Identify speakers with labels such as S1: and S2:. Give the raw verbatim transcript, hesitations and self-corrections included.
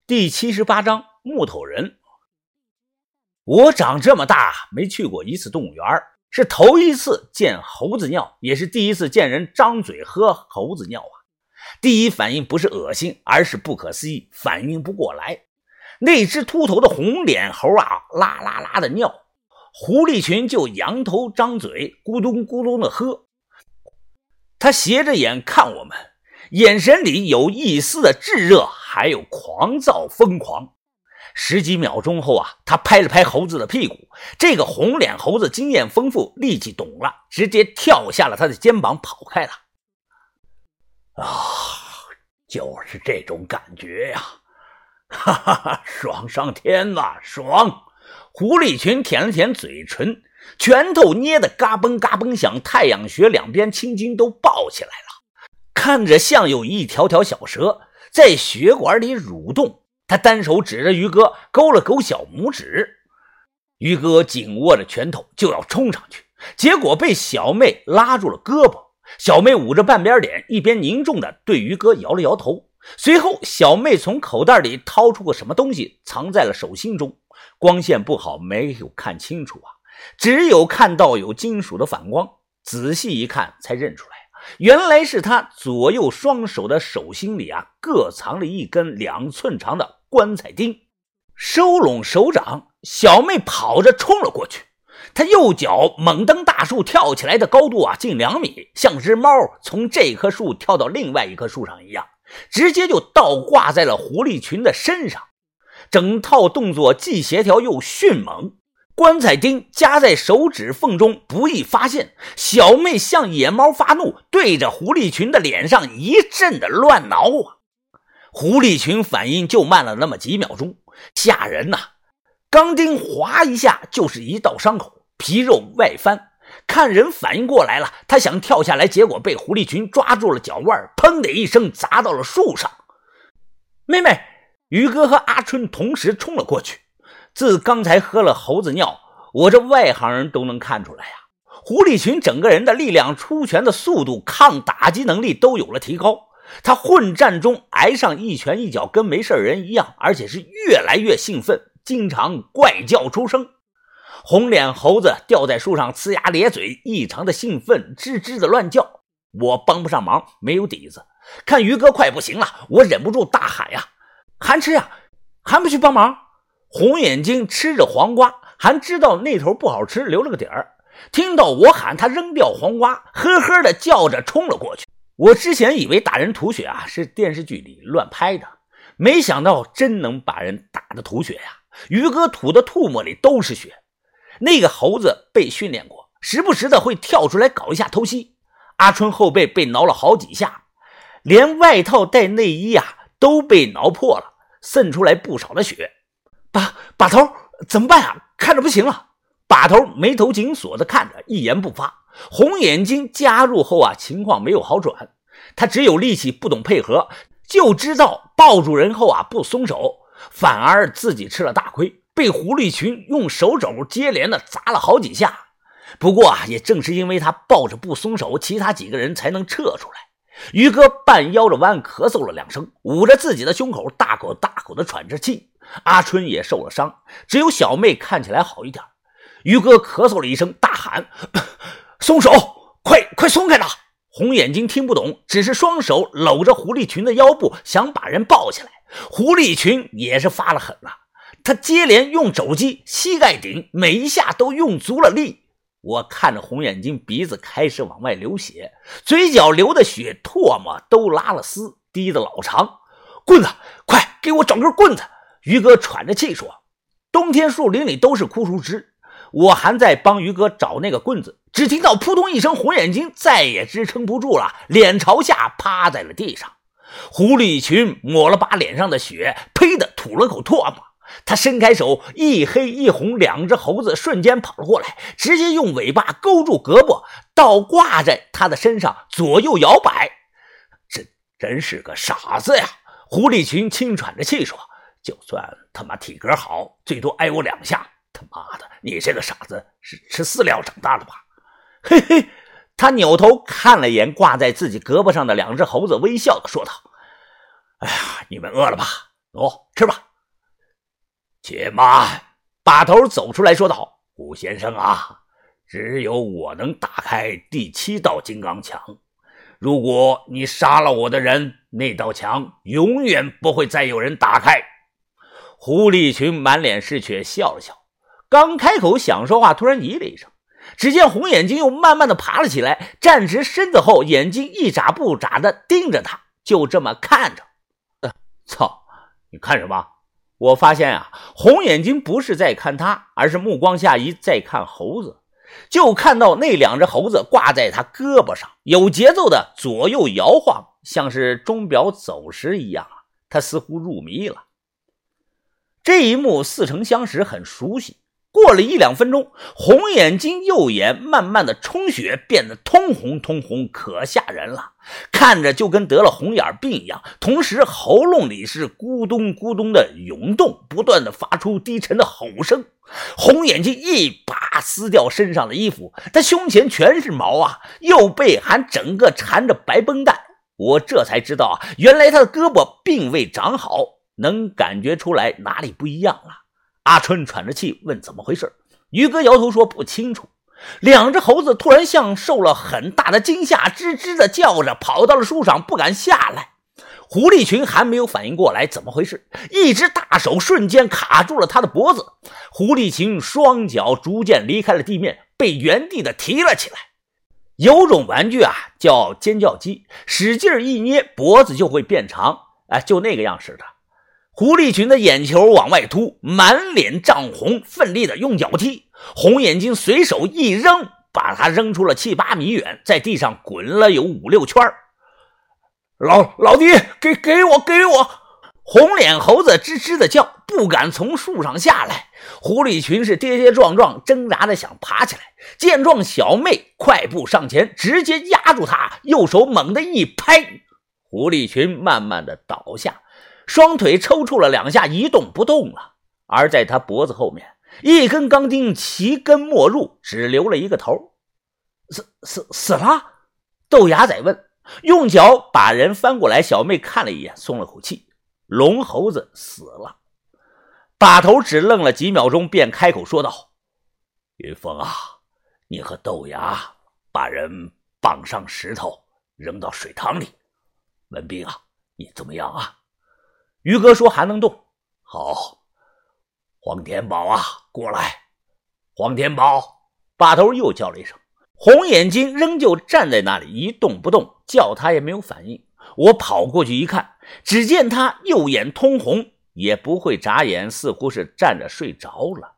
S1: 第七十八章木头人。我长这么大没去过一次动物园，是头一次见猴子尿，也是第一次见人张嘴喝猴子尿啊！第一反应不是恶心，而是不可思议，反应不过来。那只秃头的红脸猴啊，啦啦啦的尿，狐狸群就仰头张嘴，咕咚咕咚的喝。他斜着眼看我们，眼神里有一丝的炙热，还有狂躁疯狂。十几秒钟后啊，他拍了拍猴子的屁股，这个红脸猴子经验丰富，力气懂了，直接跳下了他的肩膀跑开了。啊，就是这种感觉呀！哈哈哈，爽上天了，爽！狐狸群舔了舔嘴唇，拳头捏得嘎嘣嘎嘣响，太阳穴两边青筋都爆起来了，看着像有一条条小蛇在血管里蠕动。他单手指着于哥，勾了勾小拇指。于哥紧握着拳头就要冲上去，结果被小妹拉住了胳膊。小妹捂着半边脸，一边凝重地对于哥摇了摇头。随后小妹从口袋里掏出个什么东西，藏在了手心中。光线不好，没有看清楚啊，只有看到有金属的反光，仔细一看才认出来，原来是他左右双手的手心里啊，各藏了一根两寸长的棺材钉。收拢手掌，小妹跑着冲了过去。她右脚猛蹬大树跳起来的高度啊，近两米，像只猫从这棵树跳到另外一棵树上一样，直接就倒挂在了狐狸群的身上。整套动作既协调又迅猛，棺材钉夹在手指缝中不易发现。小妹像野猫发怒，对着狐狸群的脸上一阵的乱挠啊！狐狸群反应就慢了那么几秒钟，吓人呐、啊！钢钉划一下就是一道伤口，皮肉外翻。看人反应过来了，他想跳下来，结果被狐狸群抓住了脚腕，砰的一声砸到了树上。妹妹，于哥和阿春同时冲了过去。自刚才喝了猴子尿，我这外行人都能看出来呀、啊，狐狸群整个人的力量、出拳的速度、抗打击能力都有了提高。他混战中挨上一拳一脚跟没事人一样，而且是越来越兴奋，经常怪叫出声。红脸猴子吊在树上呲牙咧嘴，异常的兴奋，吱吱的乱叫。我帮不上忙，没有底子。看于哥快不行了，我忍不住大喊呀：还吃呀，还不去帮忙？红眼睛吃着黄瓜，还知道那头不好吃，留了个底儿。听到我喊，他扔掉黄瓜，呵呵的叫着冲了过去。我之前以为打人吐血啊是电视剧里乱拍的，没想到真能把人打得吐血呀！于哥吐的唾沫里都是血。那个猴子被训练过，时不时的会跳出来搞一下偷袭。阿春后背被挠了好几下，连外套带内衣啊都被挠破了，渗出来不少的血。把把头怎么办啊？看着不行了。把头眉头紧锁的看着，一言不发。红眼睛加入后啊，情况没有好转。他只有力气，不懂配合，就知道抱住人后啊不松手，反而自己吃了大亏，被狐狸群用手肘接连的砸了好几下。不过啊，也正是因为他抱着不松手，其他几个人才能撤出来。于哥半腰着弯咳嗽了两声，捂着自己的胸口，大口大口的喘着气。阿春也受了伤，只有小妹看起来好一点。于哥咳嗽了一声，大喊：松手，快快松开他！红眼睛听不懂，只是双手搂着狐狸群的腰部，想把人抱起来。狐狸群也是发了狠了，他接连用肘击、膝盖顶，每一下都用足了力。我看着红眼睛鼻子开始往外流血，嘴角流的血唾沫都拉了丝，滴得老长。棍子，快给我找根棍子！于哥喘着气说。冬天树林里都是枯树枝，我还在帮于哥找那个棍子，只听到扑通一声，红眼睛再也支撑不住了，脸朝下趴在了地上。狐狸群抹了把脸上的血，呸的吐了口唾沫。他伸开手，一黑一红两只猴子瞬间跑了过来，直接用尾巴勾住胳膊，倒挂在他的身上，左右摇摆。这真是个傻子呀！狐狸群轻喘着气说，就算他妈体格好，最多挨我两下，他妈的，你这个傻子是吃饲料长大的吧？嘿嘿，他扭头看了眼挂在自己胳膊上的两只猴子，微笑地说道：哎呀，你们饿了吧？哦， 吃吧。且慢，把头走出来说道：虎先生啊，只有我能打开第七道金刚墙，如果你杀了我的人，那道墙永远不会再有人打开。胡立群满脸是血笑了笑，刚开口想说话，突然咦了一声，只见红眼睛又慢慢的爬了起来，站直身子后，眼睛一眨不眨的盯着他，就这么看着。呃，操，你看什么？我发现啊，红眼睛不是在看他，而是目光下移在看猴子，就看到那两只猴子挂在他胳膊上，有节奏的左右摇晃，像是钟表走时一样啊。他似乎入迷了。这一幕似曾相识，很熟悉。过了一两分钟，红眼睛右眼慢慢的充血，变得通红通红，可吓人了，看着就跟得了红眼病一样，同时喉咙里是咕咚咕咚的涌动，不断的发出低沉的吼声。红眼睛一把撕掉身上的衣服，他胸前全是毛啊，右背还整个缠着白绷带。我这才知道啊，原来他的胳膊并未长好，能感觉出来哪里不一样了。阿春喘着气问怎么回事，于哥摇头说不清楚。两只猴子突然像受了很大的惊吓，吱吱的叫着跑到了树上，不敢下来。胡立群还没有反应过来怎么回事，一只大手瞬间卡住了他的脖子，胡立群双脚逐渐离开了地面，被原地的提了起来。有种玩具啊叫尖叫鸡，使劲一捏脖子就会变长，哎，就那个样式的。胡立群的眼球往外凸，满脸涨红，奋力的用脚踢。红眼睛随手一扔，把他扔出了七八米远，在地上滚了有五六圈。老老弟，给给我给我！红脸猴子吱吱的叫，不敢从树上下来。胡立群是跌跌撞撞，挣扎的想爬起来。见状，小妹快步上前，直接压住他，右手猛地一拍，胡立群慢慢的倒下。双腿抽搐了两下，一动不动了。而在他脖子后面，一根钢钉齐根没入，只留了一个头。死死死了？豆芽仔问，用脚把人翻过来。小妹看了一眼，松了口气。龙猴子死了。把头只愣了几秒钟，便开口说道：云峰啊，你和豆芽把人绑上石头，扔到水塘里。文斌啊，你怎么样啊？于哥说还能动。好。黄天宝啊，过来。黄天宝，把头又叫了一声。红眼睛仍旧站在那里一动不动，叫他也没有反应。我跑过去一看，只见他右眼通红，也不会眨眼，似乎是站着睡着了。